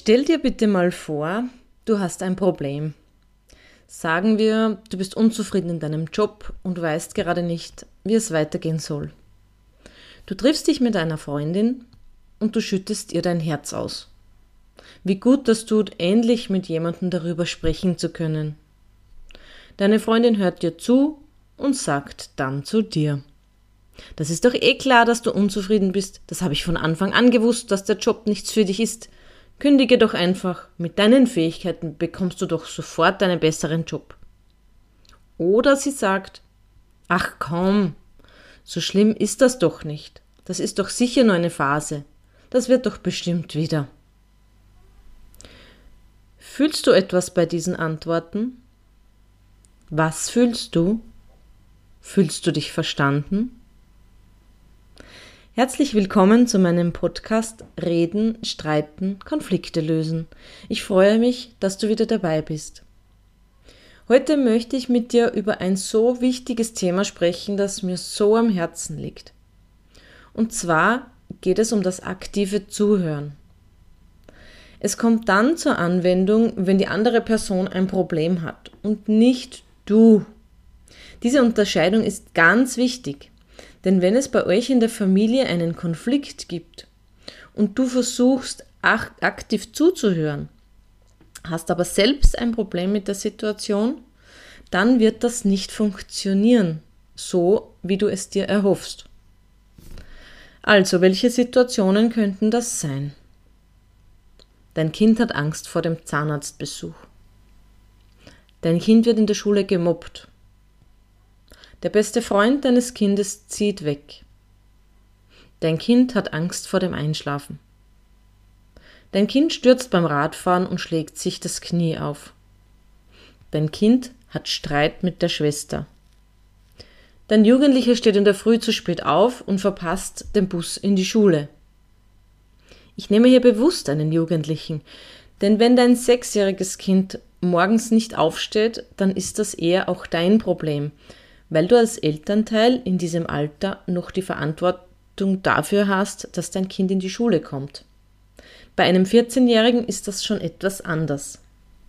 Stell dir bitte mal vor, du hast ein Problem. Sagen wir, du bist unzufrieden in deinem Job und weißt gerade nicht, wie es weitergehen soll. Du triffst dich mit einer Freundin und du schüttest ihr dein Herz aus. Wie gut das tut, endlich mit jemandem darüber sprechen zu können. Deine Freundin hört dir zu und sagt dann zu dir: Das ist doch eh klar, dass du unzufrieden bist. Das habe ich von Anfang an gewusst, dass der Job nichts für dich ist. Kündige doch einfach. Mit deinen Fähigkeiten bekommst du doch sofort einen besseren Job. Oder sie sagt: Ach komm, so schlimm ist das doch nicht. Das ist doch sicher nur eine Phase. Das wird doch bestimmt wieder. Fühlst du etwas bei diesen Antworten? Was fühlst du? Fühlst du dich verstanden? Herzlich willkommen zu meinem Podcast Reden, Streiten, Konflikte lösen. Ich freue mich, dass du wieder dabei bist. Heute möchte ich mit dir über ein so wichtiges Thema sprechen, das mir so am Herzen liegt. Und zwar geht es um das aktive Zuhören. Es kommt dann zur Anwendung, wenn die andere Person ein Problem hat und nicht du. Diese Unterscheidung ist ganz wichtig. Denn wenn es bei euch in der Familie einen Konflikt gibt und du versuchst aktiv zuzuhören, hast aber selbst ein Problem mit der Situation, dann wird das nicht funktionieren, so wie du es dir erhoffst. Also, welche Situationen könnten das sein? Dein Kind hat Angst vor dem Zahnarztbesuch. Dein Kind wird in der Schule gemobbt. Der beste Freund deines Kindes zieht weg. Dein Kind hat Angst vor dem Einschlafen. Dein Kind stürzt beim Radfahren und schlägt sich das Knie auf. Dein Kind hat Streit mit der Schwester. Dein Jugendlicher steht in der Früh zu spät auf und verpasst den Bus in die Schule. Ich nehme hier bewusst einen Jugendlichen, denn wenn dein 6-jähriges Kind morgens nicht aufsteht, dann ist das eher auch dein Problem, weil du als Elternteil in diesem Alter noch die Verantwortung dafür hast, dass dein Kind in die Schule kommt. Bei einem 14-Jährigen ist das schon etwas anders.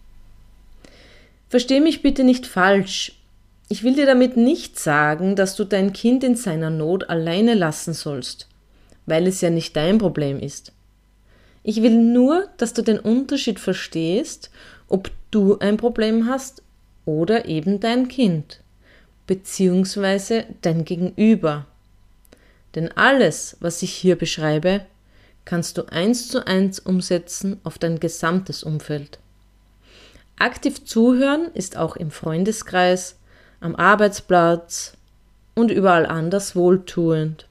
Versteh mich bitte nicht falsch. Ich will dir damit nicht sagen, dass du dein Kind in seiner Not alleine lassen sollst, weil es ja nicht dein Problem ist. Ich will nur, dass du den Unterschied verstehst, ob du ein Problem hast oder eben dein Kind. Beziehungsweise dein Gegenüber. Denn alles, was ich hier beschreibe, kannst du 1:1 umsetzen auf dein gesamtes Umfeld. Aktiv zuhören ist auch im Freundeskreis, am Arbeitsplatz und überall anders wohltuend.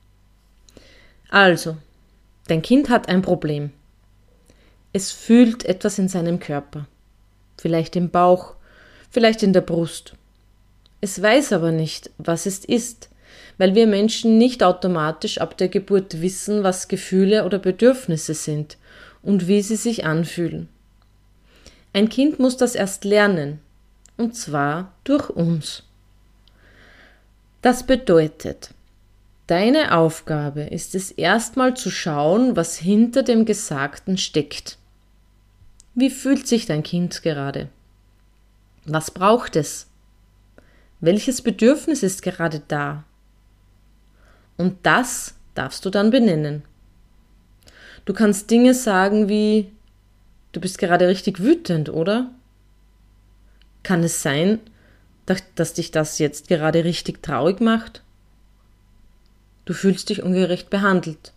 Also, dein Kind hat ein Problem. Es fühlt etwas in seinem Körper. Vielleicht im Bauch, vielleicht in der Brust. Es weiß aber nicht, was es ist, weil wir Menschen nicht automatisch ab der Geburt wissen, was Gefühle oder Bedürfnisse sind und wie sie sich anfühlen. Ein Kind muss das erst lernen, und zwar durch uns. Das bedeutet, deine Aufgabe ist es erstmal zu schauen, was hinter dem Gesagten steckt. Wie fühlt sich dein Kind gerade? Was braucht es? Welches Bedürfnis ist gerade da? Und das darfst du dann benennen. Du kannst Dinge sagen wie: Du bist gerade richtig wütend, oder? Kann es sein, dass dich das jetzt gerade richtig traurig macht? Du fühlst dich ungerecht behandelt.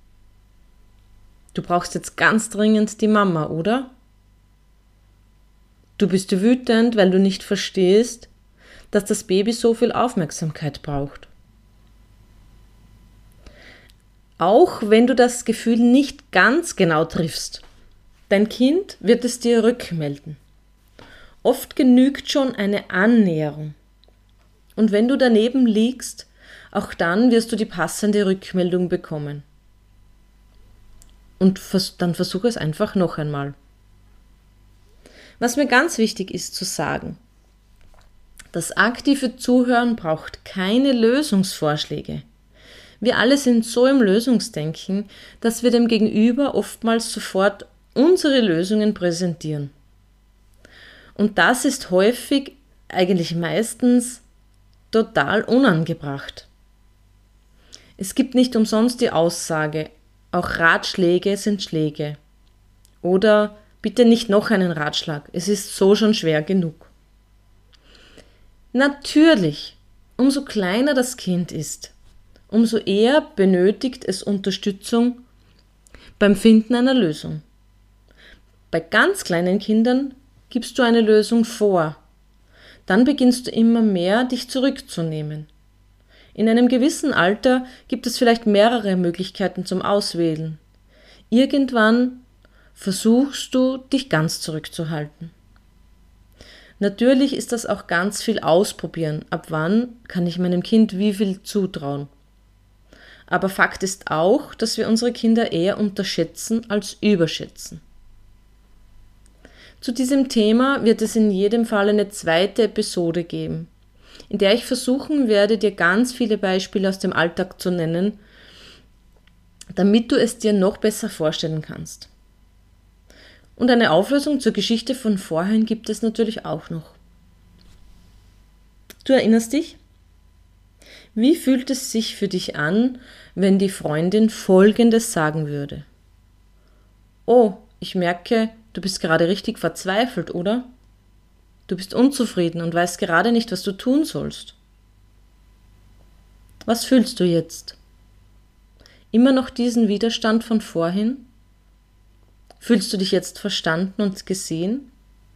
Du brauchst jetzt ganz dringend die Mama, oder? Du bist wütend, weil du nicht verstehst, dass das Baby so viel Aufmerksamkeit braucht. Auch wenn du das Gefühl nicht ganz genau triffst, dein Kind wird es dir rückmelden. Oft genügt schon eine Annäherung. Und wenn du daneben liegst, auch dann wirst du die passende Rückmeldung bekommen. Und dann versuche es einfach noch einmal. Was mir ganz wichtig ist zu sagen: Das aktive Zuhören braucht keine Lösungsvorschläge. Wir alle sind so im Lösungsdenken, dass wir dem Gegenüber oftmals sofort unsere Lösungen präsentieren. Und das ist häufig, eigentlich meistens, total unangebracht. Es gibt nicht umsonst die Aussage, auch Ratschläge sind Schläge. Oder bitte nicht noch einen Ratschlag, es ist so schon schwer genug. Natürlich, umso kleiner das Kind ist, umso eher benötigt es Unterstützung beim Finden einer Lösung. Bei ganz kleinen Kindern gibst du eine Lösung vor. Dann beginnst du immer mehr, dich zurückzunehmen. In einem gewissen Alter gibt es vielleicht mehrere Möglichkeiten zum Auswählen. Irgendwann versuchst du, dich ganz zurückzuhalten. Natürlich ist das auch ganz viel ausprobieren. Ab wann kann ich meinem Kind wie viel zutrauen? Aber Fakt ist auch, dass wir unsere Kinder eher unterschätzen als überschätzen. Zu diesem Thema wird es in jedem Fall eine zweite Episode geben, in der ich versuchen werde, dir ganz viele Beispiele aus dem Alltag zu nennen, damit du es dir noch besser vorstellen kannst. Und eine Auflösung zur Geschichte von vorhin gibt es natürlich auch noch. Du erinnerst dich? Wie fühlt es sich für dich an, wenn die Freundin Folgendes sagen würde? Oh, ich merke, du bist gerade richtig verzweifelt, oder? Du bist unzufrieden und weißt gerade nicht, was du tun sollst. Was fühlst du jetzt? Immer noch diesen Widerstand von vorhin? Fühlst du dich jetzt verstanden und gesehen?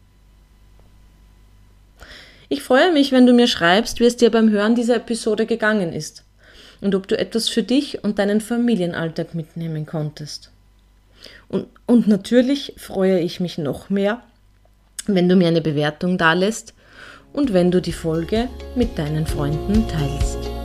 Ich freue mich, wenn du mir schreibst, wie es dir beim Hören dieser Episode gegangen ist und ob du etwas für dich und deinen Familienalltag mitnehmen konntest. Und natürlich freue ich mich noch mehr, wenn du mir eine Bewertung dalässt und wenn du die Folge mit deinen Freunden teilst.